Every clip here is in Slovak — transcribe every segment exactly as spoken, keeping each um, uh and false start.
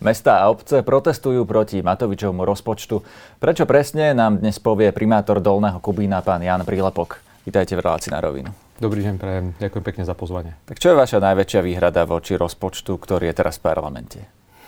Mestá a obce protestujú proti Matovičovmu rozpočtu. Prečo presne, nám dnes povie primátor Dolného Kubína, pán Ján Prilepok. Vítajte v relácii Na rovinu. Dobrý deň, prajem. Ďakujem pekne za pozvanie. Tak čo je vaša najväčšia výhrada voči rozpočtu, ktorý je teraz v parlamente?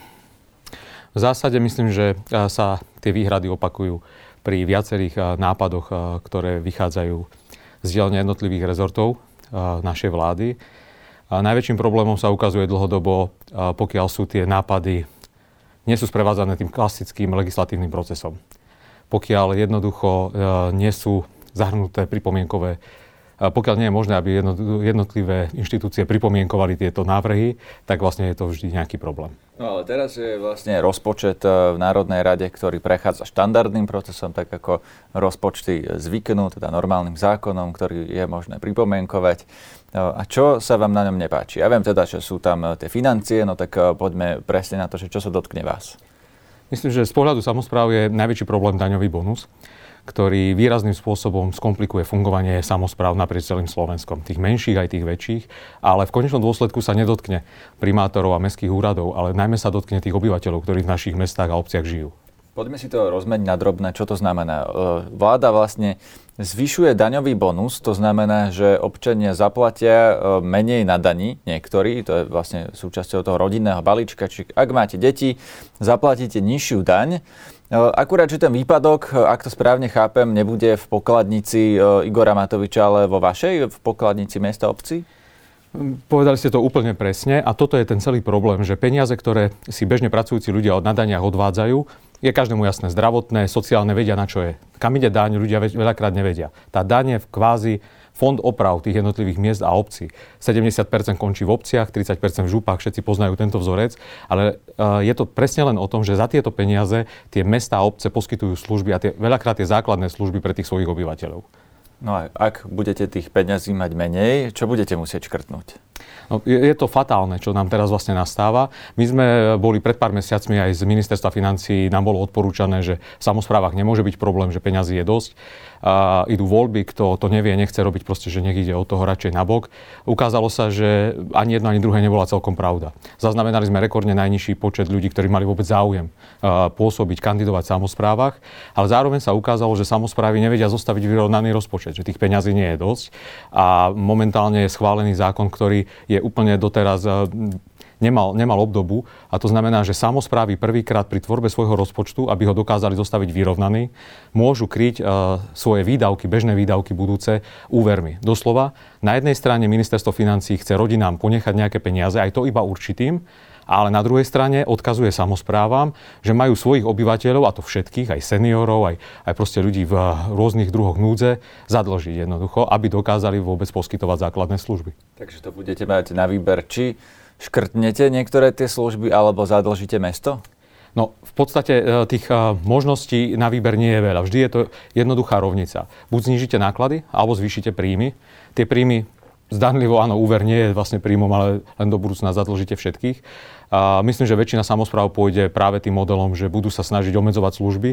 V zásade myslím, že sa tie výhrady opakujú pri viacerých nápadoch, ktoré vychádzajú z dielne jednotlivých rezortov našej vlády. A najväčším problémom sa ukazuje dlhodobo, pokiaľ sú tie nápady nie sú sprevádzané tým klasickým legislatívnym procesom. Pokiaľ jednoducho nie sú zahrnuté pripomienkové, pokiaľ nie je možné, aby jednotlivé inštitúcie pripomienkovali tieto návrhy, tak vlastne je to vždy nejaký problém. No ale teraz je vlastne rozpočet v Národnej rade, ktorý prechádza štandardným procesom, tak ako rozpočty zvyknú, teda normálnym zákonom, ktorý je možné pripomienkovať. A čo sa vám na ňom nepáči? Ja viem teda, že sú tam tie financie, no tak poďme presne na to, že čo sa dotkne vás. Myslím, že z pohľadu samospráv je najväčší problém daňový bonus, ktorý výrazným spôsobom skomplikuje fungovanie samospráv naprieč celým Slovenskom. Tých menších aj tých väčších, ale v konečnom dôsledku sa nedotkne primátorov a mestských úradov, ale najmä sa dotkne tých obyvateľov, ktorí v našich mestách a obciach žijú. Poďme si to rozmeniť na drobné, čo to znamená. Vláda vlastne zvyšuje daňový bonus, to znamená, že občania zaplatia menej na daní, niektorí, to je vlastne súčasťou toho rodinného balíčka, čiže ak máte deti, zaplatíte nižšiu daň. Akurát, že ten výpadok, ak to správne chápem, nebude v pokladnici Igora Matoviča, ale vo vašej, v pokladnici mesta obci? Povedali ste to úplne presne a toto je ten celý problém, že peniaze, ktoré si bežne pracujúci ľudia na daniach odvádzajú, je každému jasné, zdravotné, sociálne, vedia na čo je. Kam ide daň, ľudia veľakrát nevedia. Tá daň je v kvázi fond oprav tých jednotlivých miest a obcí. sedemdesiat percent končí v obciach, tridsať percent v župách, všetci poznajú tento vzorec, ale uh, je to presne len o tom, že za tieto peniaze tie mestá a obce poskytujú služby a tie, veľakrát tie základné služby pre tých svojich obyvateľov. No a ak budete tých peňazí mať menej, čo budete musieť škrtnúť? No, je, je to fatálne, čo nám teraz vlastne nastáva. My sme boli pred pár mesiacmi aj z Ministerstva financií, nám bolo odporúčané, že v samosprávach nemôže byť problém, že peňazí je dosť. A idú voľby, kto to nevie, nechce robiť, proste, že nech ide od toho radšej nabok. Ukázalo sa, že ani jedno, ani druhé nebola celkom pravda. Zaznamenali sme rekordne najnižší počet ľudí, ktorí mali vôbec záujem uh, pôsobiť, kandidovať v samosprávach, ale zároveň sa ukázalo, že samosprávy nevedia zostaviť vyrovnaný rozpočet, že tých peňazí nie je dosť a momentálne je schválený zákon, ktorý je úplne doteraz uh, Nemal, nemal obdobu a to znamená, že samosprávy prvýkrát pri tvorbe svojho rozpočtu, aby ho dokázali zostaviť vyrovnaný, môžu kryť uh, svoje výdavky, bežné výdavky budúce úvermi. Doslova, na jednej strane Ministerstvo financií chce rodinám ponechať nejaké peniaze, aj to iba určitým, ale na druhej strane odkazuje samosprávam, že majú svojich obyvateľov, a to všetkých, aj seniorov, aj, aj proste ľudí v rôznych druhoch núdze, zadlžiť jednoducho, aby dokázali vôbec poskytovať základné služby. Takže to budete mať na výber, či škrtnete niektoré tie služby, alebo zadlžíte mesto? No, v podstate tých možností na výber nie je veľa. Vždy je to jednoduchá rovnica. Buď znížite náklady, alebo zvýšite príjmy. Tie príjmy, zdanlivo, áno, úver nie je vlastne príjmom, ale len do budúcna zadlžíte všetkých. A myslím, že väčšina samospráv pôjde práve tým modelom, že budú sa snažiť obmedzovať služby.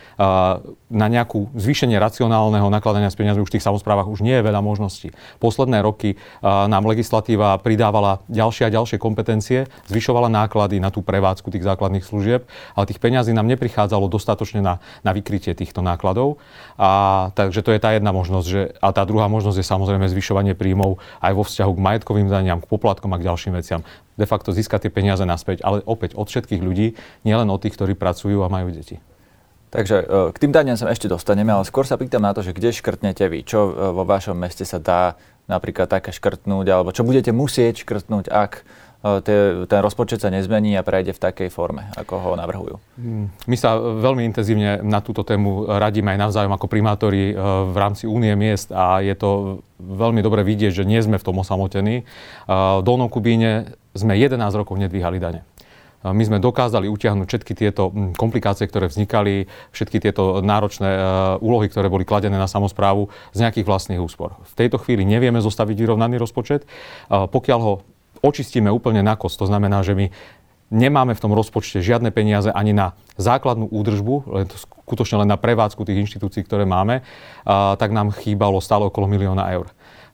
Na nejakú zvýšenie racionálneho nakladania s peniazmi už v tých samosprávach už nie je veľa možností. Posledné roky nám legislatíva pridávala ďalšie a ďalšie kompetencie, zvyšovala náklady na tú prevádzku tých základných služieb, ale tých peňazí nám neprichádzalo dostatočne na, na vykrytie týchto nákladov. A, takže to je tá jedna možnosť. Že, a tá druhá možnosť je samozrejme zvyšovanie príjmov aj vo vzťahu k majetkovým daniam, k poplatkom a k ďalším veciam. De facto získať tie peniaze naspäť, ale opäť od všetkých ľudí, nielen od tých, ktorí pracujú a majú deti. Takže k tým daniam sa ešte dostaneme, ale skôr sa pýtam na to, že kde škrtnete vy? Čo vo vašom meste sa dá napríklad také škrtnúť, alebo čo budete musieť škrtnúť, ak tie, ten rozpočet sa nezmení a prejde v takej forme, ako ho navrhujú? My sa veľmi intenzívne na túto tému radíme aj navzájom ako primátori v rámci Únie miest a je to veľmi dobre vidieť, že nie sme v tom osamotení. V Dolnom Kubíne sme jedenásť rokov nedvíhali dane. My sme dokázali utiahnuť všetky tieto komplikácie, ktoré vznikali, všetky tieto náročné úlohy, ktoré boli kladené na samosprávu z nejakých vlastných úspor. V tejto chvíli nevieme zostaviť vyrovnaný rozpočet. Pokiaľ ho očistíme úplne na kost, to znamená, že my nemáme v tom rozpočte žiadne peniaze ani na základnú údržbu, len to skutočne len na prevádzku tých inštitúcií, ktoré máme, tak nám chýbalo stále okolo milióna eur.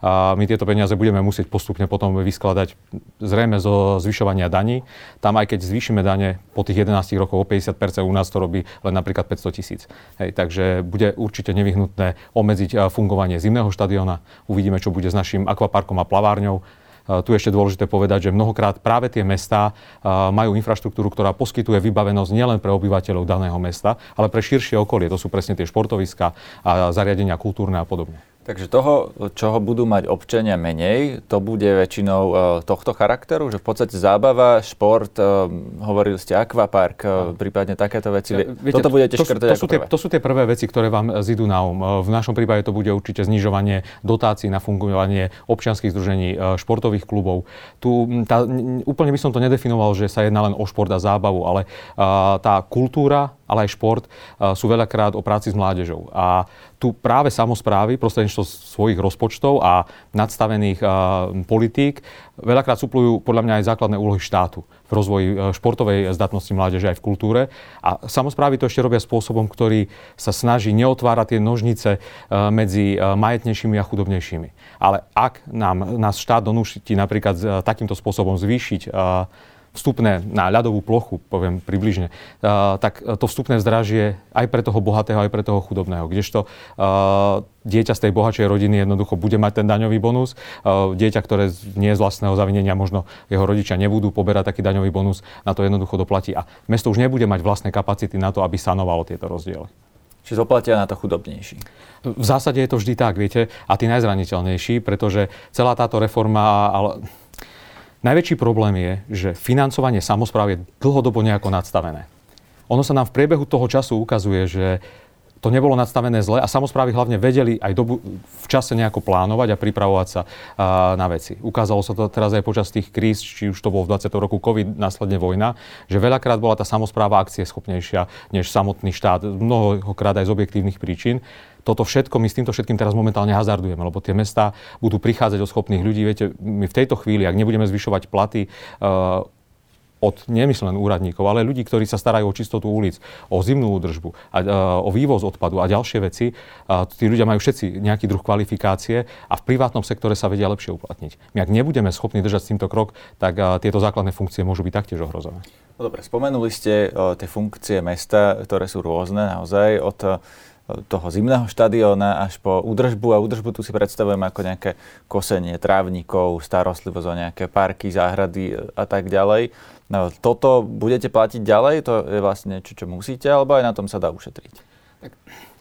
A my tieto peniaze budeme musieť postupne potom vyskladať zrejme zo zvyšovania daní. Tam aj keď zvýšime dane po tých jedenástich rokoch o päťdesiat percent, u nás to robí len napríklad päťsto tisíc. Hej, takže bude určite nevyhnutné obmedziť fungovanie zimného štadióna. Uvidíme, čo bude s našim akvaparkom a plavárňou. Tu je ešte dôležité povedať, že mnohokrát práve tie mestá majú infraštruktúru, ktorá poskytuje vybavenosť nielen pre obyvateľov daného mesta, ale pre širšie okolie. To sú presne tie športoviská a zariadenia kultúrne a podobne. Takže toho, čoho budú mať občania menej, to bude väčšinou uh, tohto charakteru, že v podstate zábava, šport, uh, hovorili ste akvapark, uh, prípadne takéto veci. Viete, Toto budete to, škrtať to, to, ako sú tie, prvé. to sú tie prvé veci, ktoré vám zídu na um. V našom prípade to bude určite znižovanie dotácií na fungovanie občianskych združení, športových klubov. Tu tá, úplne by som to nedefinoval, že sa jedná len o šport a zábavu, ale uh, tá kultúra, ale aj šport uh, sú veľakrát o práci s mládežou. A tu práve samosprávy prostredníctvom svojich rozpočtov a nadstavených uh, politík veľakrát suplujú podľa mňa aj základné úlohy štátu v rozvoji uh, športovej zdatnosti mládeže aj v kultúre. A samosprávy to ešte robia spôsobom, ktorý sa snaží neotvárať tie nožnice uh, medzi uh, majetnejšími a chudobnejšími. Ale ak nám nás štát donúti napríklad uh, takýmto spôsobom zvýšiť uh, vstupné na ľadovú plochu, poviem približne, uh, tak to vstupné zdražie aj pre toho bohatého, aj pre toho chudobného. Kdežto uh, dieťa z tej bohatšej rodiny jednoducho bude mať ten daňový bonus. Uh, dieťa, ktoré nie z vlastného zavinenia, možno jeho rodičia nebudú poberať taký daňový bonus, na to jednoducho doplatí. A mesto už nebude mať vlastné kapacity na to, aby sanovalo tieto rozdiely. Čiže doplatia na to chudobnejší. V zásade je to vždy tak, viete, a tí najzraniteľnejší, pretože celá táto reforma... Ale najväčší problém je, že financovanie samospráv je dlhodobo nejako nadstavené. Ono sa nám v priebehu toho času ukazuje, že to nebolo nadstavené zle a samosprávy hlavne vedeli aj dobu, v čase nejako plánovať a pripravovať sa a, na veci. Ukázalo sa to teraz aj počas tých kríz, či už to bolo v dvadsiatom roku COVID, následne vojna, že veľakrát bola tá samospráva akcieschopnejšia než samotný štát, mnohokrát aj z objektívnych príčin. Toto všetko, my s týmto všetkým teraz momentálne hazardujeme, lebo tie mestá budú prichádzať o schopných ľudí. Viete, my v tejto chvíli, ak nebudeme zvyšovať platy uh, od nemyslen úradníkov, ale ľudí, ktorí sa starajú o čistotu ulic, o zimnú údržbu, a, uh, o vývoz odpadu a ďalšie veci, uh, tí ľudia majú všetci nejaký druh kvalifikácie a v privátnom sektore sa vedia lepšie uplatniť. My ak nebudeme schopní držať s týmto krok, tak uh, tieto základné funkcie môžu byť taktiež ohrozené. No dobre, spomenuli ste uh, tie funkcie mesta, ktoré sú rôzne naozaj od uh, toho zimného štadióna až po údržbu a údržbu tu si predstavujem ako nejaké kosenie trávnikov, starostlivosť o nejaké parky, záhrady a tak ďalej. No, toto budete platiť ďalej? To je vlastne niečo, čo musíte, alebo aj na tom sa dá ušetriť? Tak.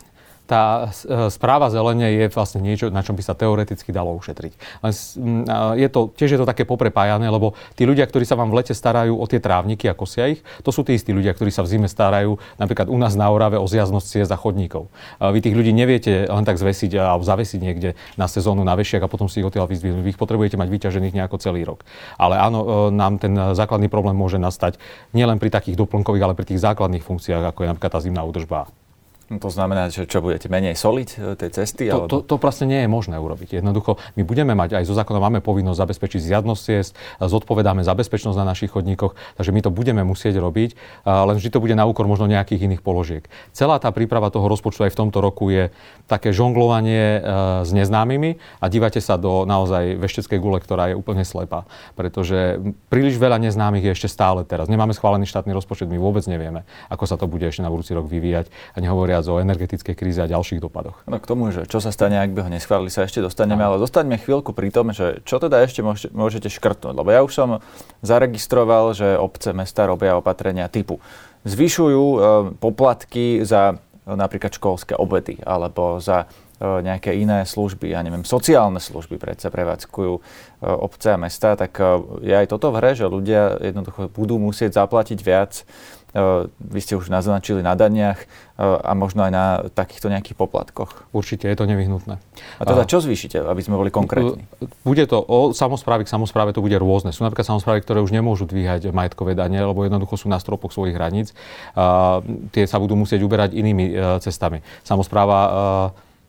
Tá správa zelene je vlastne niečo, na čom by sa teoreticky dalo ušetriť. Len je to, tiež je to také poprepájané, lebo tí ľudia, ktorí sa vám v lete starajú o tie trávniky a kosia ich, to sú tí istí ľudia, ktorí sa v zime starajú napríklad u nás na Orave o zjaznosť ciest a chodníkov. Vy tých ľudí neviete len tak zvesiť alebo zavesiť niekde na sezónu na vešiak a potom si ich odtiaľ vyzdvihnúť. Vy ich potrebujete mať vyťažených nejako celý rok. Ale áno, nám ten základný problém môže nastať nielen pri takých doplnkových, ale pri tých základných funkciách, ako je napríklad tá zimná údržba. To znamená, že čo, budete menej soliť tej cesty? To, to, to vlastne nie je možné urobiť. Jednoducho, my budeme mať, aj zo zákona máme povinnosť zabezpečiť zjadnosť ciest, zodpovedáme za bezpečnosť na našich chodníkoch, takže my to budeme musieť robiť, len vždy to bude na úkor možno nejakých iných položiek. Celá tá príprava toho rozpočtu aj v tomto roku je také žonglovanie s neznámymi a dívate sa do naozaj vešteckej gule, ktorá je úplne slepá. Pretože príliš veľa neznámych je ešte stále teraz. Nemáme schválený štátny rozpočet, my vôbec nevieme, ako sa to bude ešte na budúci rok vyvíjať a nehovoria o energetickej kríze a ďalších dopadoch. No k tomu, že čo sa stane, ak by ho neschválili, sa ešte dostaneme, no. Ale dostaňme chvíľku pri tom, že čo teda ešte môžete, môžete škrtnúť. Lebo ja už som zaregistroval, že obce, mesta robia opatrenia typu zvyšujú e, poplatky za e, napríklad školské obedy alebo za e, nejaké iné služby, ja neviem, sociálne služby predsa prevádzkujú e, obce a mesta, tak e, je aj toto v hre, že ľudia jednoducho budú musieť zaplatiť viac. Uh, vy ste už naznačili na daniach uh, a možno aj na takýchto nejakých poplatkoch. Určite je to nevyhnutné. A teda čo zvýšite, aby sme boli konkrétni? Bude to o samosprávy k samospráve, to bude rôzne. Sú napríklad samosprávy, ktoré už nemôžu dvíhať majetkové dane, lebo jednoducho sú na stropoch svojich hraníc. Uh, tie sa budú musieť uberať inými uh, cestami. Samospráva uh,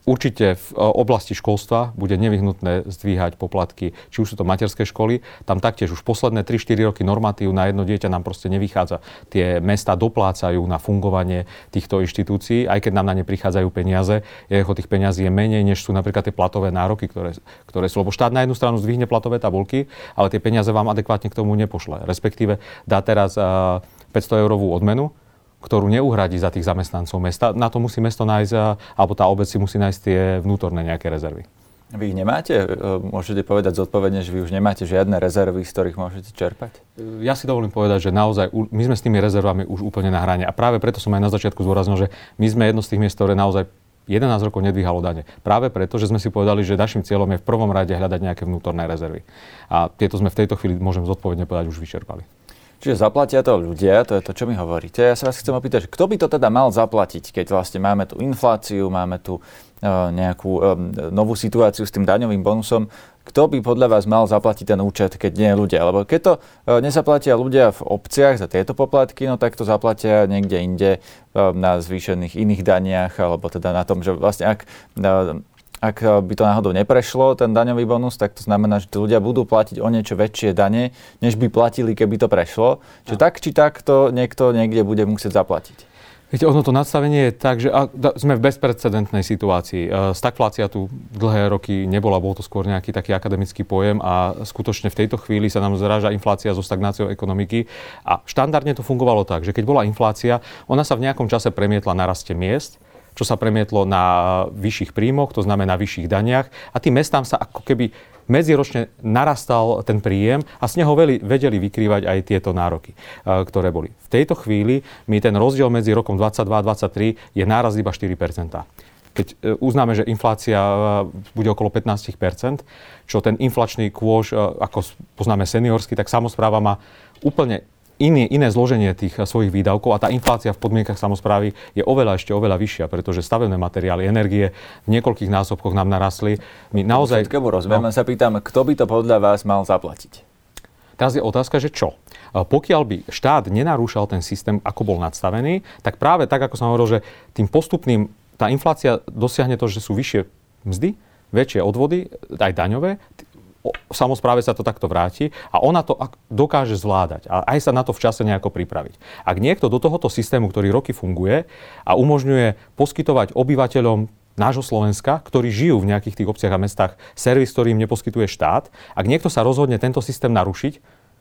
Určite v oblasti školstva bude nevyhnutné zdvíhať poplatky, či už sú to materské školy, tam taktiež už posledné tri štyri roky normatív na jedno dieťa nám proste nevychádza. Tie mestá doplácajú na fungovanie týchto inštitúcií, aj keď nám na ne prichádzajú peniaze. Jeho tých peniazí je menej, než sú napríklad tie platové nároky, ktoré, ktoré sú. Lebo štát na jednu stranu zdvihne platové tabuľky, ale tie peniaze vám adekvátne k tomu nepošle. Respektíve dá teraz uh, päťsto eurovú odmenu, ktorú neuhradí za tých zamestnancov mesta. Na to musí mesto nájsť, alebo tá obec si musí nájsť tie vnútorné nejaké rezervy. Vy ich nemáte? Môžete povedať zodpovedne, že vy už nemáte žiadne rezervy, z ktorých môžete čerpať? Ja si dovolím povedať, že naozaj my sme s tými rezervami už úplne na hrane. A práve preto som aj na začiatku zdôraznil, že my sme jedno z tých miest, ktoré naozaj jedenásť rokov nedvíhalo dane. Práve preto, že sme si povedali, že našim cieľom je v prvom rade hľadať nejaké vnútorné rezervy. A tieto sme v tejto chvíli, môžem zodpovedne povedať, už vyčerpali. Čiže zaplatia to ľudia, to je to, čo mi hovoríte. Ja sa vás chcem opýtať, kto by to teda mal zaplatiť, keď vlastne máme tu infláciu, máme tu uh, nejakú um, novú situáciu s tým daňovým bonusom. Kto by podľa vás mal zaplatiť ten účet, keď nie ľudia? Lebo keď to uh, nezaplatia ľudia v obciach za tieto poplatky, no tak to zaplatia niekde inde uh, na zvýšených iných daniach, alebo teda na tom, že vlastne ak... Uh, Ak by to náhodou neprešlo, ten daňový bonus, tak to znamená, že tí ľudia budú platiť o niečo väčšie dane, než by platili, keby to prešlo. Čiže tak či tak to niekto niekde bude musieť zaplatiť. Viete, ono to nastavenie je tak, že sme v bezprecedentnej situácii. Stagflácia tu dlhé roky nebola, bol to skôr nejaký taký akademický pojem a skutočne v tejto chvíli sa nám zráža inflácia so stagnáciou ekonomiky. A štandardne to fungovalo tak, že keď bola inflácia, ona sa v nejakom čase premietla na raste miest, čo sa premietlo na vyšších príjmoch, to znamená vyšších daniach. A tým mestám sa ako keby medziročne narastal ten príjem a z neho vedeli vykrývať aj tieto nároky, ktoré boli. V tejto chvíli mi ten rozdiel medzi rokom dvadsaťdva a dvadsaťtri je nárast iba štyri percentá. Keď uznáme, že inflácia bude okolo pätnásť percent, čo ten inflačný kôž, ako poznáme seniorský, tak samospráva má úplne Iné, iné zloženie tých svojich výdavkov a tá inflácia v podmienkach samosprávy je oveľa ešte oveľa vyššia, pretože stavebné materiály, energie v niekoľkých násobkoch nám narastli. My naozaj... Všetkému rozumiem, no, sa pýtam, kto by to podľa vás mal zaplatiť? Teraz je otázka, že čo? Pokiaľ by štát nenarúšal ten systém, ako bol nadstavený, tak práve tak, ako som hovoril, že tým postupným, tá inflácia dosiahne to, že sú vyššie mzdy, väčšie odvody, aj daňové, samospráve sa to takto vráti a ona to dokáže zvládať a aj sa na to v čase nejako pripraviť. Ak niekto do tohoto systému, ktorý roky funguje a umožňuje poskytovať obyvateľom nášho Slovenska, ktorí žijú v nejakých tých obciach a mestách, servis, ktorý im neposkytuje štát, ak niekto sa rozhodne tento systém narušiť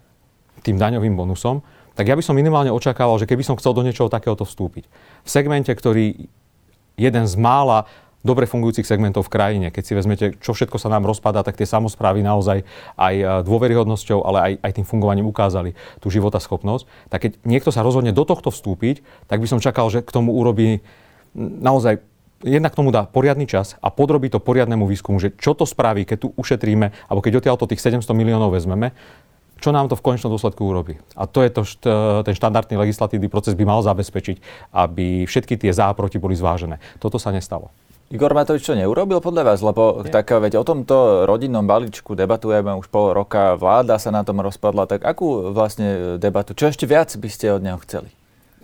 tým daňovým bonusom, tak ja by som minimálne očakával, že keby som chcel do niečoho takéhoto vstúpiť. V segmente, ktorý jeden z mála dobre fungujúcich segmentov v krajine. Keď si vezmete, čo všetko sa nám rozpadá, tak tie samosprávy naozaj aj dôveryhodnosťou, ale aj, aj tým fungovaním ukázali tú životaschopnosť. Tak keď niekto sa rozhodne do tohto vstúpiť, tak by som čakal, že k tomu urobí naozaj jednak k tomu dá poriadny čas a podrobí to poriadnemu výskumu, že čo to spraví, keď tu ušetríme, alebo keď odtiaľto tých sedemsto miliónov vezmeme, čo nám to v konečnom dôsledku urobí. A to je to, ten štandardný legislatívny proces by mal zabezpečiť, aby všetky tie za a proti boli zvážené. Toto sa nestalo. Igor Matovič to neurobil podľa vás? Lebo tak, veď o tomto rodinnom balíčku debatujeme už pol roka, vláda sa na tom rozpadla, tak akú vlastne debatu, čo ešte viac by ste od neho chceli?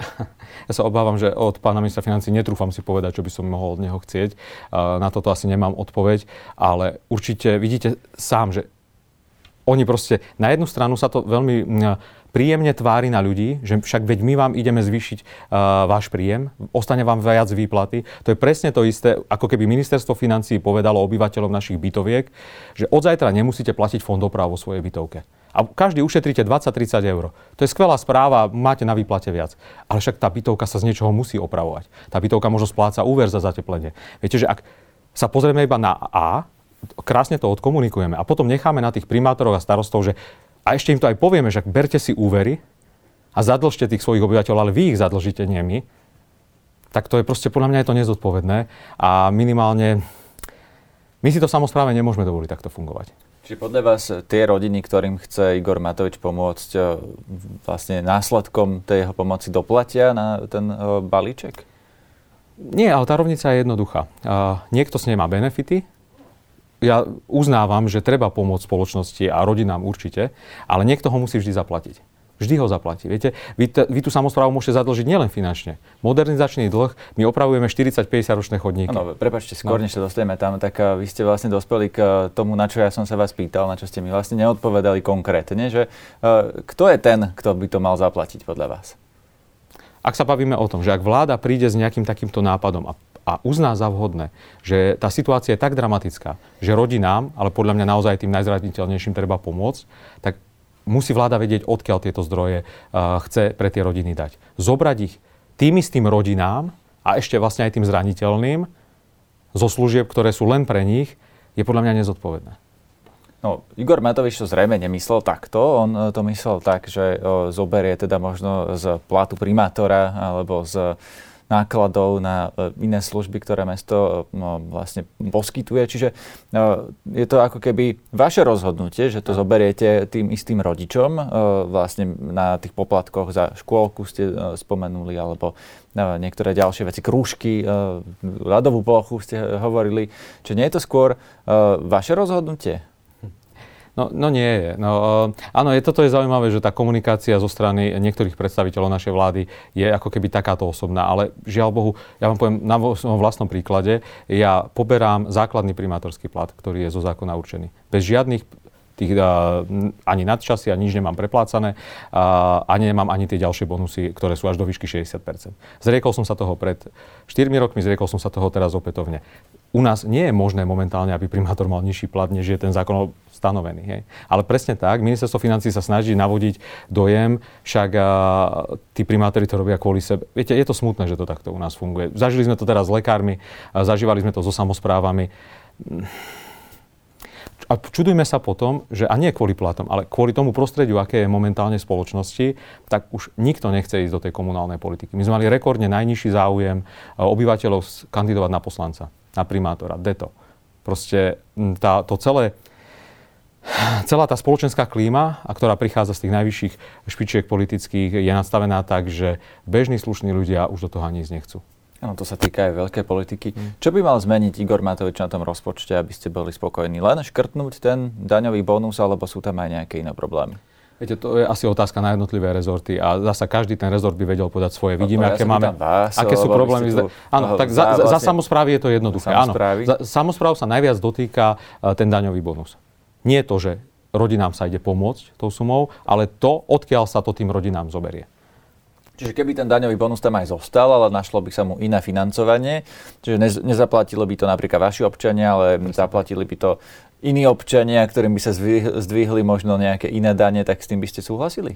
Ja sa obávam, že od pána ministra financií netrúfam si povedať, čo by som mohol od neho chcieť. Na toto asi nemám odpoveď, ale určite vidíte sám, že oni proste, na jednu stranu sa to veľmi príjemne tvári na ľudí, že však veď my vám ideme zvýšiť uh, váš príjem, ostane vám viac výplaty. To je presne to isté, ako keby ministerstvo financií povedalo obyvateľom našich bytoviek, že od zajtra nemusíte platiť fondoprav vo svojej bytovke. A každý ušetríte dvadsať tridsať eur. To je skvelá správa, máte na výplate viac. Ale však tá bytovka sa z niečoho musí opravovať. Tá bytovka možno spláca úver za zateplenie. Viete, že ak sa pozrieme iba na A, krásne to odkomunikujeme a potom necháme na tých primátoroch a starostov, že a ešte im to aj povieme, že berte si úvery a zadlžte tých svojich obyvateľov, ale vy ich zadlžíte, nie my. Tak to je proste, podľa mňa je to nezodpovedné a minimálne my si to samospráve nemôžeme dovoliť takto fungovať. Čiže podľa vás tie rodiny, ktorým chce Igor Matovič pomôcť, vlastne následkom tej jeho pomoci doplatia na ten balíček? Nie, ale tá rovnica je jednoduchá. Niekto s nej má benefity. Ja uznávam, že treba pomôcť spoločnosti a rodinám určite, ale niekto ho musí vždy zaplatiť. Vždy ho zaplatí. Viete, vy, t- vy tú samosprávu môžete zadlžiť nielen finančne. Modernizačný dlh, my opravujeme štyridsať päťdesiat ročné chodníky. Áno, prepáčte, skôr no. než sa dostaneme tam, tak uh, vy ste vlastne dospeli k tomu, na čo ja som sa vás pýtal, na čo ste mi vlastne neodpovedali konkrétne, že uh, kto je ten, kto by to mal zaplatiť podľa vás? Ak sa bavíme o tom, že ak vláda príde s nejakým takýmto nápadom a, a uzná za vhodné, že tá situácia je tak dramatická, že rodinám, ale podľa mňa naozaj tým najzraniteľnejším treba pomôcť, tak musí vláda vedieť, odkiaľ tieto zdroje uh, chce pre tie rodiny dať. Zobrať ich tým istým rodinám a ešte vlastne aj tým zraniteľným zo služieb, ktoré sú len pre nich, je podľa mňa nezodpovedné. No, Igor Matovič to zrejme nemyslel takto. On to myslel tak, že o, zoberie teda možno z platu primátora alebo z nákladov na iné služby, ktoré mesto no, vlastne poskytuje. Čiže no, je to ako keby vaše rozhodnutie, že to zoberiete tým istým rodičom no, vlastne na tých poplatkoch za škôlku ste no, spomenuli, alebo no, niektoré ďalšie veci, krúžky, no, ľadovú plochu ste hovorili. Čiže nie je to skôr no, vaše rozhodnutie? No, no nie je. No, uh, áno, je, toto je zaujímavé, že tá komunikácia zo strany niektorých predstaviteľov našej vlády je ako keby takáto osobná, ale žiaľ Bohu, ja vám poviem na svojom vlastnom príklade, ja poberám základný primátorský plat, ktorý je zo zákona určený. Bez žiadnych tých, uh, ani nadčasy, ani nič nemám preplácané uh, a nemám ani tie ďalšie bonusy, ktoré sú až do výšky šesťdesiat percent. Zriekol som sa toho pred štyrmi rokmi, zriekol som sa toho teraz opätovne. U nás nie je možné momentálne, aby primátor mal nižší plat, než je ten zákon stanovený. Hej. Ale presne tak, ministerstvo financií sa snaží navodiť dojem, však a, tí primátori to robia kvôli sebe. Viete, je to smutné, že to takto u nás funguje. Zažili sme to teraz s lekármi, a zažívali sme to so samosprávami. A čudujme sa potom, že a nie kvôli platom, ale kvôli tomu prostrediu, aké je momentálne v spoločnosti, tak už nikto nechce ísť do tej komunálnej politiky. My sme mali rekordne najnižší záujem obyvateľov kandidovať na poslanca, na primátora, deto. Proste tá, to celé, celá tá spoločenská klíma, a ktorá prichádza z tých najvyšších špičiek politických, je nastavená tak, že bežní slušní ľudia už do toho ani ísť nechcú. Áno, to sa týka aj veľkej politiky. Mm. Čo by mal zmeniť Igor Matovič na tom rozpočte, aby ste boli spokojní? Len škrtnúť ten daňový bonus, alebo sú tam aj nejaké iné problémy? Viete, to je asi otázka na jednotlivé rezorty a zasa každý ten rezort by vedel podať svoje. Vidíme, no, aké ja máme, vás, aké sú problémy. Tu, áno, tak za, vlastne, za samosprávy je to jednoduché. Áno, za samospráv sa najviac dotýka uh, ten daňový bonus. Nie to, že rodinám sa ide pomôcť tou sumou, ale to, odkiaľ sa to tým rodinám zoberie. Čiže keby ten daňový bonus tam aj zostal, ale našlo by sa mu iné financovanie, čiže nez, nezaplatilo by to napríklad vaši občania, ale zaplatili by to iní občania, ktorým by sa zdvihli možno nejaké iné dane, tak s tým by ste súhlasili?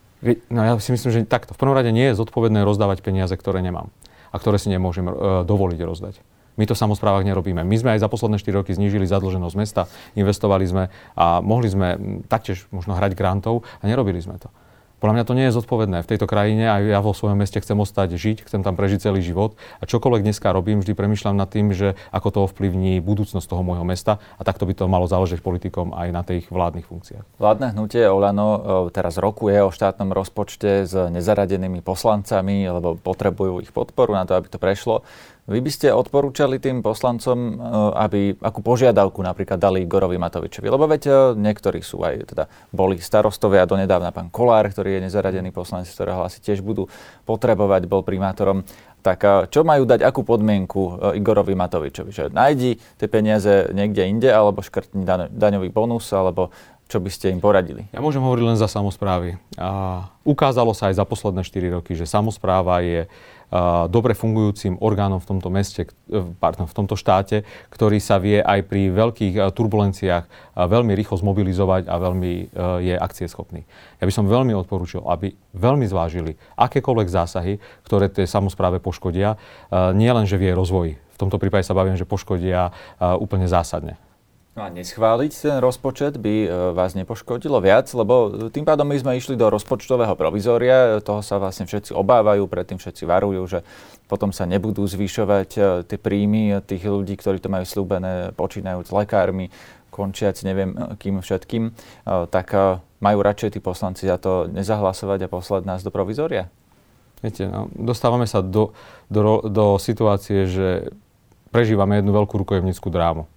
No ja si myslím, že takto. V prvom rade nie je zodpovedné rozdávať peniaze, ktoré nemám a ktoré si nemôžem uh, dovoliť rozdať. My to v samosprávach nerobíme. My sme aj za posledné štyri roky znížili zadlženosť mesta, investovali sme a mohli sme taktiež možno hrať grantov a nerobili sme to. Podľa mňa to nie je zodpovedné. V tejto krajine aj ja vo svojom meste chcem ostať žiť, chcem tam prežiť celý život a čokoľvek dneska robím, vždy premýšľam nad tým, že ako to ovplyvní budúcnosť toho môjho mesta a takto by to malo záležať politikom aj na tých vládnych funkciách. Vládne hnutie Oľano teraz rokuje o štátnom rozpočte s nezaradenými poslancami, lebo potrebujú ich podporu na to, aby to prešlo. Vy by ste odporúčali tým poslancom, aby akú požiadavku napríklad dali Igorovi Matovičovi? Lebo veď niektorí sú aj, teda boli starostovia donedávna, pán Kollár, ktorý je nezaradený poslanec, ktorého asi tiež budú potrebovať, bol primátorom. Tak čo majú dať, akú podmienku Igorovi Matovičovi? Že nájdi tie peniaze niekde inde, alebo škrtni daňový bonus, alebo čo by ste im poradili? Ja môžem hovoriť len za samosprávy. A ukázalo sa aj za posledné štyri roky, že samospráva je dobre fungujúcim orgánom v tomto meste, pardon, v tomto štáte, ktorý sa vie aj pri veľkých turbulenciách veľmi rýchlo zmobilizovať a veľmi je akcieschopný. Ja by som veľmi odporúčil, aby veľmi zvážili akékoľvek zásahy, ktoré tej samospráve poškodia, nie len, že v jej rozvoji. V tomto prípade sa bavím, že poškodia úplne zásadne. No a neschváliť ten rozpočet by vás nepoškodilo viac, lebo tým pádom my sme išli do rozpočtového provizória, toho sa vlastne všetci obávajú, predtým všetci varujú, že potom sa nebudú zvyšovať tie príjmy tých ľudí, ktorí to majú sľúbené, počínajúc lekármi, končiac neviem kým všetkým, tak majú radšej tí poslanci za to nezahlasovať a poslať nás do provizória? Viete, no, dostávame sa do, do, do situácie, že prežívame jednu veľkú rukojemnickú drámu.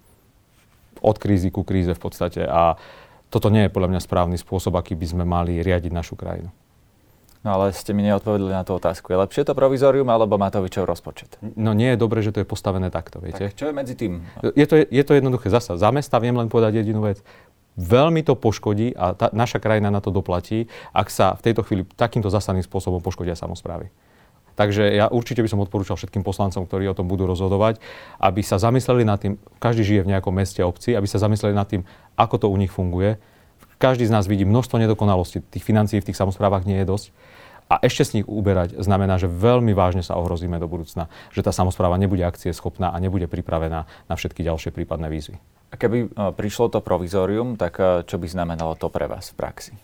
Od krízy ku kríze v podstate. A toto nie je podľa mňa správny spôsob, aký by sme mali riadiť našu krajinu. No ale ste mi neodpovedali na tú otázku. Je lepšie to provizorium alebo Matovičov rozpočet? No nie je dobré, že to je postavené takto, viete. Tak čo je medzi tým? Je to, je to jednoduché. Zasa, za mesta viem len povedať jedinú vec. Veľmi to poškodí a tá, naša krajina na to doplatí, ak sa v tejto chvíli takýmto zásadným spôsobom poškodia samosprávy. Takže ja určite by som odporúčal všetkým poslancom, ktorí o tom budú rozhodovať, aby sa zamysleli nad tým, každý žije v nejakom meste, obci, aby sa zamysleli nad tým, ako to u nich funguje. Každý z nás vidí množstvo nedokonalostí. Tých financií v tých samosprávach nie je dosť. A ešte z nich uberať znamená, že veľmi vážne sa ohrozíme do budúcna. Že tá samospráva nebude akcieschopná a nebude pripravená na všetky ďalšie prípadné výzvy. A keby prišlo to provizorium, tak čo by znamenalo to pre vás v praxi?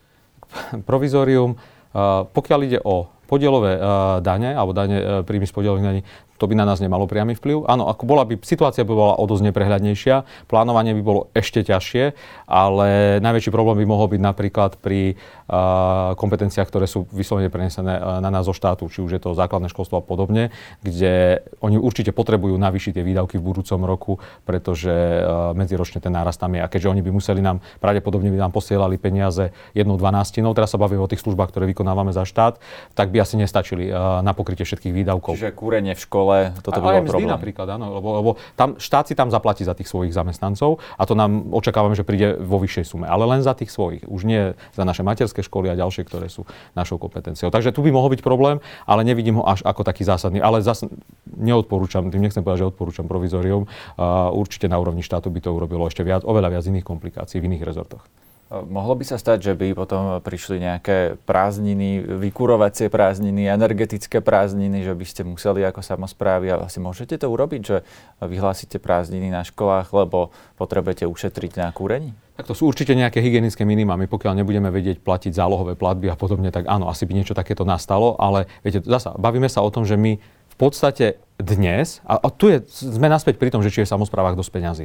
Provizorium, pokiaľ ide o podielové dane alebo dane príjmy z podielových daní, to by na nás nemalo priamy vplyv. Áno, ako bola by, situácia by bola o dosť neprehľadnejšia, plánovanie by bolo ešte ťažšie, ale najväčší problém by mohol byť napríklad pri uh, kompetenciách, ktoré sú vyslovene prenesené uh, na nás zo štátu, či už je to základné školstvo a podobne, kde oni určite potrebujú navýšiť tie výdavky v budúcom roku, pretože uh, medziročne ten nárast tam je. A keďže oni by museli nám, pravdepodobne by nám posielali peniaze jednou dvanástinou, teraz sa bavíme o tých službách, ktoré vykonávame za štát, tak by asi nestačili uh, na pokrytie všetkých výdavkov. Čiže kúrenie v škole, toto by bol problém. Napríklad, áno, lebo, lebo tam, štát si tam zaplatí za tých svojich zamestnancov a to nám očakávame, že príde vo vyššej sume. Ale len za tých svojich. Už nie za naše materské školy a ďalšie, ktoré sú našou kompetenciou. Takže tu by mohol byť problém, ale nevidím ho až ako taký zásadný. Ale zase neodporúčam, tým nechcem povedať, že odporúčam provizorium. Uh, určite na úrovni štátu by to urobilo ešte viac, oveľa viac iných komplikácií v iných rezortoch. Mohlo by sa stať, že by potom prišli nejaké prázdniny, vykurovacie prázdniny, energetické prázdniny, že by ste museli ako samosprávy, a asi môžete to urobiť, že vyhlásite prázdniny na školách, lebo potrebujete ušetriť na kúrení? Tak to sú určite nejaké hygienické minima. My pokiaľ nebudeme vedieť platiť zálohové platby a podobne, tak áno, asi by niečo takéto nastalo, ale viete, zasa, bavíme sa o tom, že my v podstate dnes, a, a tu je, sme naspäť pri tom, že či je v samosprávach dosť peňazí.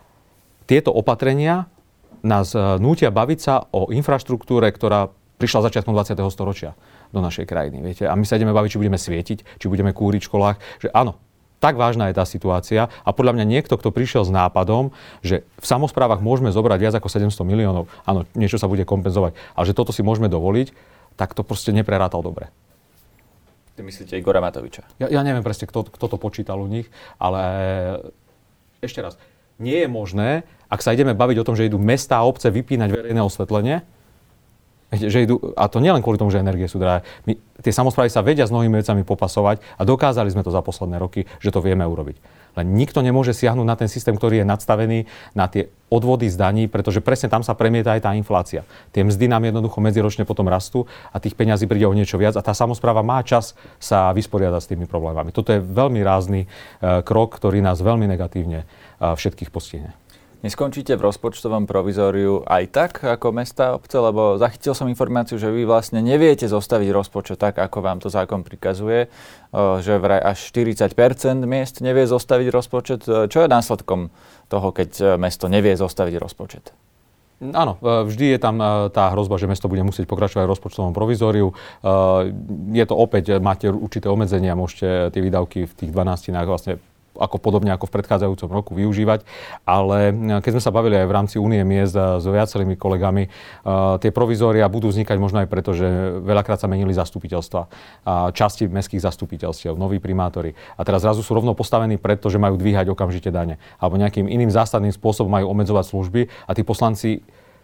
Tieto opatrenia nás nútia baviť sa o infraštruktúre, ktorá prišla začiatkom dvadsiateho storočia do našej krajiny. Viete? A my sa ideme baviť, či budeme svietiť, či budeme kúriť v školách. Že áno, tak vážna je tá situácia a podľa mňa niekto, kto prišiel s nápadom, že v samosprávach môžeme zobrať viac ako sedemsto miliónov, áno, niečo sa bude kompenzovať, ale že toto si môžeme dovoliť, tak to proste neprerátal dobre. Ty myslíte Igora Matoviča? Ja, ja neviem presne, kto, kto to počítal u nich, ale ešte raz, nie je možné, ak sa ideme baviť o tom, že idú mestá a obce vypínať verejné osvetlenie, že idú, a to nielen kvôli tomu, že energie sú drahé. My, tie samosprávy sa vedia s mnohými vecami popasovať a dokázali sme to za posledné roky, že to vieme urobiť. Len nikto nemôže siahnuť na ten systém, ktorý je nadstavený na tie odvody z daní, pretože presne tam sa premieta aj tá inflácia. Tie mzdy nám jednoducho medziročne potom rastú a tých peňazí príde o niečo viac a tá samospráva má čas sa vysporiadať s tými problémami. Toto je veľmi rázny uh, krok, ktorý nás veľmi negatívne uh, všetkých postihne. Neskončíte v rozpočtovom provizóriu aj tak ako mesta a obce, lebo zachytil som informáciu, že vy vlastne neviete zostaviť rozpočet tak, ako vám to zákon prikazuje, že vraj až štyridsať percent miest nevie zostaviť rozpočet. Čo je následkom toho, keď mesto nevie zostaviť rozpočet? Áno, vždy je tam tá hrozba, že mesto bude musieť pokračovať v rozpočtovom provizóriu. Je to opäť, máte určité obmedzenia, môžete tie výdavky v tých dvanástinách vlastne ako podobne ako v predchádzajúcom roku využívať. Ale keď sme sa bavili aj v rámci Únie miest s viacerými kolegami, uh, tie provizória budú vznikať možno aj preto, že veľakrát sa menili zastupiteľstva, uh, časti mestských zastupiteľstiev, noví primátori. A teraz zrazu sú rovno postavení preto, že majú dvíhať okamžite dane. Alebo nejakým iným zásadným spôsobom majú obmedzovať služby a tí poslanci,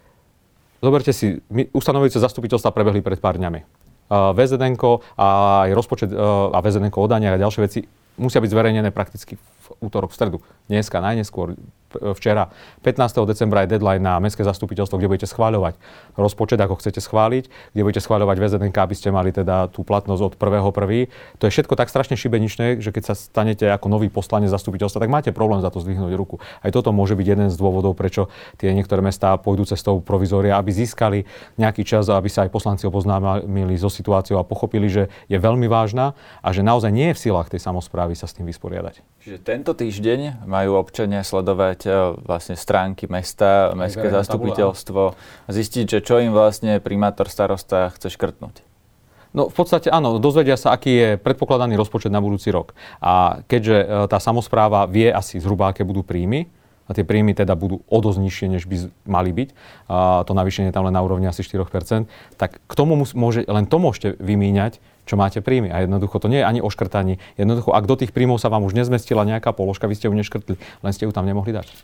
zoberte si, ustanovujúce zastupiteľstva prebehli pred pár dňami. Uh, vé zet enko a aj rozpočet uh, a vé zet enko o daniach a ďalšie veci musia byť zverejnené prakticky v útorok, v stredu. Dneska, najneskôr, včera, pätnásteho decembra je deadline na mestské zastupiteľstvo, kde budete schváľovať rozpočet, ako chcete schváliť, kde budete schváľovať vé zet enka, aby ste mali teda tú platnosť od prvého prvého To je všetko tak strašne šibeničné, že keď sa stanete ako nový poslanec zastupiteľstva, tak máte problém za to zdvihnúť ruku. Aj toto môže byť jeden z dôvodov, prečo tie niektoré mestá pôjdu cestou provizória, aby získali nejaký čas, aby sa aj poslanci oboznámili so situáciou a pochopili, že je veľmi vážna a že naozaj nie je v silách tej samosprávy sa s tým vysporiadať. Čiže tento týždeň majú občania sledovať vlastne stránky mesta, mestské zastupiteľstvo a zistiť, že čo im vlastne primátor, starosta chce škrtnúť. No v podstate áno, dozvedia sa, aký je predpokladaný rozpočet na budúci rok. A keďže tá samospráva vie asi zhruba, aké budú príjmy, a tie príjmy teda budú o dosť nižšie, než by mali byť, a to navýšenie tam len na úrovni asi štyri percentá, tak k tomu môže, len to môžete vymíňať, čo máte príjmy. A jednoducho to nie je ani o škrtaní. Jednoducho, ak do tých príjmov sa vám už nezmestila nejaká položka, vy ste ju neškrtli, len ste ju tam nemohli dať.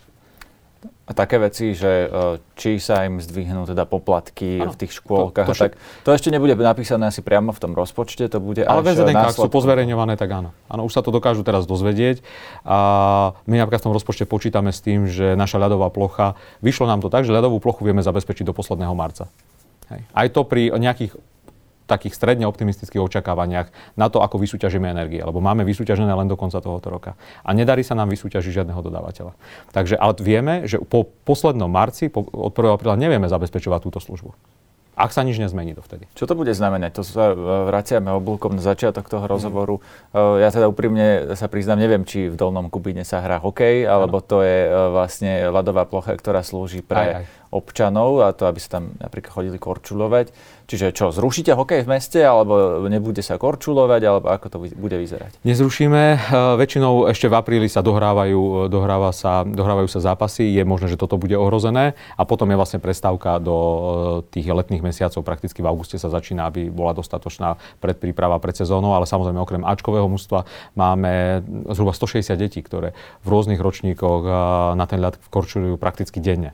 A také veci, že či sa im zdvihnú teda poplatky ano, v tých škôlkach, to, to, tak to ešte nebude napísané asi priamo v tom rozpočte, to bude ale až následkom. Ale ak sú pozverejňované, tak áno. Áno, už sa to dokážu teraz dozvedieť. A my napríklad v tom rozpočte počítame s tým, že naša ľadová plocha, vyšlo nám to tak, že ľadovú plochu vieme zabezpečiť do posledného marca. Hej. Aj to pri nejakých takých stredne optimistických očakávaniach na to, ako vysúťažíme energie, lebo máme vysúťažené len do konca tohoto roka. A nedarí sa nám vysúťažiť žiadneho dodávateľa. Takže ale vieme, že po poslednom marci, po, od prvého apríla nevieme zabezpečovať túto službu. Ak sa nič nezmení dovtedy. Čo to bude znamenať? To sa vraciame oblúkom na začiatok toho rozhovoru. Mm. Ja teda úprimne sa priznám, neviem, či v Dolnom Kubíne sa hrá hokej, alebo to je vlastne ľadová plocha, ktorá slúži pre aj, aj. občanov a to, aby sa tam napríklad chodili korčulovať. Čiže čo, zrušíte hokej v meste, alebo nebude sa korčulovať, alebo ako to bude vyzerať? Nezrušíme. Väčšinou ešte v apríli sa dohrávajú, dohráva sa, dohrávajú sa zápasy. Je možné, že toto bude ohrozené. A potom je vlastne prestávka do tých letných mesiacov. Prakticky v auguste sa začína, aby bola dostatočná predpríprava pred sezónou. Ale samozrejme, okrem áčkového mužstva máme zhruba stošesťdesiat detí, ktoré v rôznych ročníkoch na ten ľad korčulujú prakticky denne.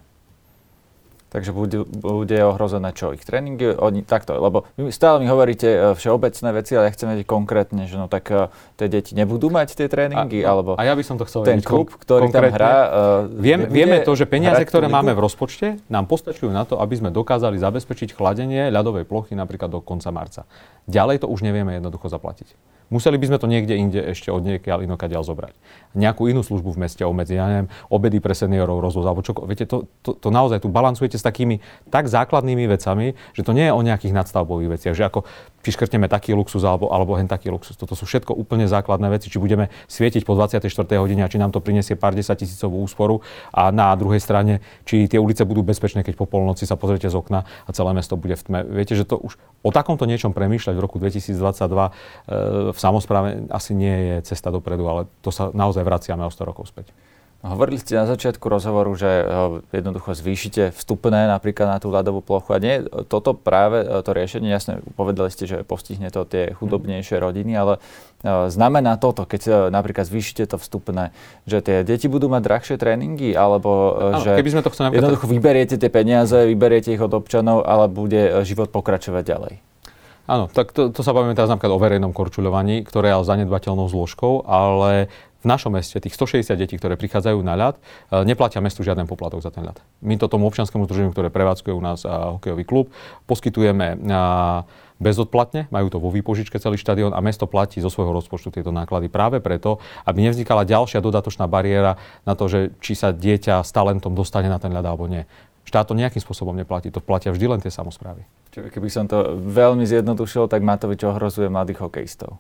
Takže bude, bude ohrozené čo? Ich tréningy? Oni, takto, lebo vy stále mi hovoríte všeobecné veci, ale ja chcem vedieť konkrétne, že no tak tie deti nebudú mať tie tréningy, a, alebo a ja by som to chcel ten klub, ktorý konkrétne. Tam hrá... Uh, Viem, vieme to, že peniaze, ktoré máme v rozpočte, nám postačujú na to, aby sme dokázali zabezpečiť chladenie ľadovej plochy napríklad do konca marca. Ďalej to už nevieme jednoducho zaplatiť. Museli by sme to niekde inde ešte od niekiaľ inokiaľ zobrať. Nejakú inú službu v meste obmedziť, ja neviem, obedy pre seniorov, rozvoz, alebo čo, viete, to, to, to naozaj tu balancujete s takými tak základnými vecami, že to nie je o nejakých nadstavbových veciach, že ako priškrtneme taký luxus alebo, alebo hen taký luxus. Toto sú všetko úplne základné veci, či budeme svietiť po dvadsiatej štvrtej hodine a či nám to prinesie pár desaťtisícovú úsporu a na druhej strane, či tie ulice budú bezpečné, keď po polnoci sa pozriete z okna a celé mesto bude v tme. Viete, že to už o takomto niečom premýšľať v roku dvetisícdvadsaťdva e, v samospráve asi nie je cesta dopredu, ale to sa naozaj vraciame o sto rokov späť. Hovorili ste na začiatku rozhovoru, že jednoducho zvýšite vstupné napríklad na tú ľadovú plochu. A nie toto práve to riešenie, jasne povedali ste, že postihne to tie chudobnejšie rodiny, ale znamená toto, keď napríklad zvýšite to vstupné, že tie deti budú mať drahšie tréningy, alebo ano, že keby sme to chceli jednoducho vyberiete tie peniaze, vyberiete ich od občanov, ale bude život pokračovať ďalej. Áno, tak to, to sa bavíme teraz napríklad o verejnom korčuľovaní, ktoré je zanedbateľnou zložkou, ale v našom meste tých stošesťdesiat detí, ktoré prichádzajú na ľad, neplatia mestu žiaden poplatok za ten ľad. My to tomu občianskemu združeniu, ktoré prevádzkuje u nás hokejový klub, poskytujeme bezodplatne, majú to vo výpožičke celý štadión a mesto platí zo svojho rozpočtu tieto náklady práve preto, aby nevznikala ďalšia dodatočná bariéra na to, že či sa dieťa s talentom dostane na ten ľad alebo nie. Štát to nejakým spôsobom neplatí, to platia vždy len tie samosprávy. Čiže keby som to veľmi zjednodušil, tak Matovič ohrozuje mladých hokejistov.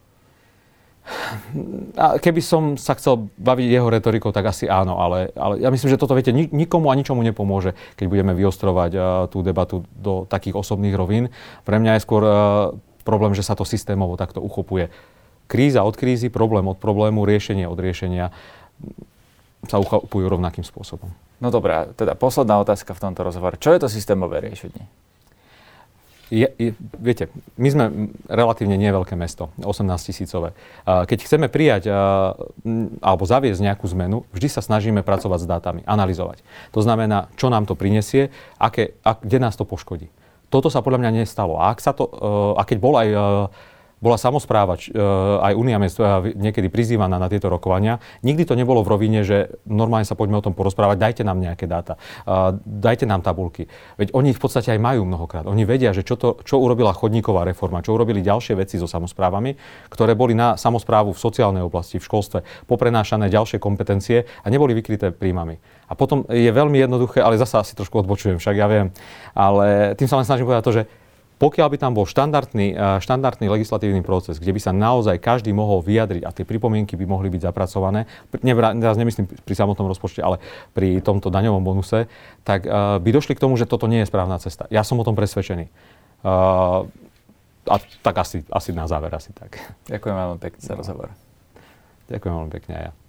A keby som sa chcel baviť jeho retorikou, tak asi áno, ale, ale ja myslím, že toto, viete, nikomu a ničomu nepomôže, keď budeme vyostrovať uh, tú debatu do takých osobných rovín. Pre mňa je skôr uh, problém, že sa to systémovo takto uchopuje. Kríza od krízy, problém od problému, riešenie od riešenia sa uchopujú rovnakým spôsobom. No dobrá, teda posledná otázka v tomto rozhovore. Čo je to systémové riešenie? Je, je, viete, my sme relatívne nie veľké mesto, osemnásť tisícové. Keď chceme prijať alebo zaviesť nejakú zmenu, vždy sa snažíme pracovať s dátami, analyzovať. To znamená, čo nám to prinesie, aké, a kde nás to poškodí. Toto sa podľa mňa nestalo. A, ak sa to, a keď bol aj... bola samospráva, č, aj Únia miest niekedy prizývaná na tieto rokovania. Nikdy to nebolo v rovine, že normálne sa poďme o tom porozprávať, dajte nám nejaké dáta, dajte nám tabuľky. Veď oni ich v podstate aj majú mnohokrát. Oni vedia, že čo, to, čo urobila chodníková reforma, čo urobili ďalšie veci so samosprávami, ktoré boli na samosprávu v sociálnej oblasti, v školstve, poprenášané ďalšie kompetencie a neboli vykryté príjmami. A potom je veľmi jednoduché, ale zasa asi trošku odbočujem, však ja viem, ale tým sa len snažím povedať to, že pokiaľ by tam bol štandardný, štandardný legislatívny proces, kde by sa naozaj každý mohol vyjadriť a tie pripomienky by mohli byť zapracované, teraz nemyslím pri samotnom rozpočte, ale pri tomto daňovom bonuse, tak by došli k tomu, že toto nie je správna cesta. Ja som o tom presvedčený. A tak asi, asi na záver, asi tak. Ďakujem veľmi pekne za rozhovor. Ďakujem veľmi pekne aj ja.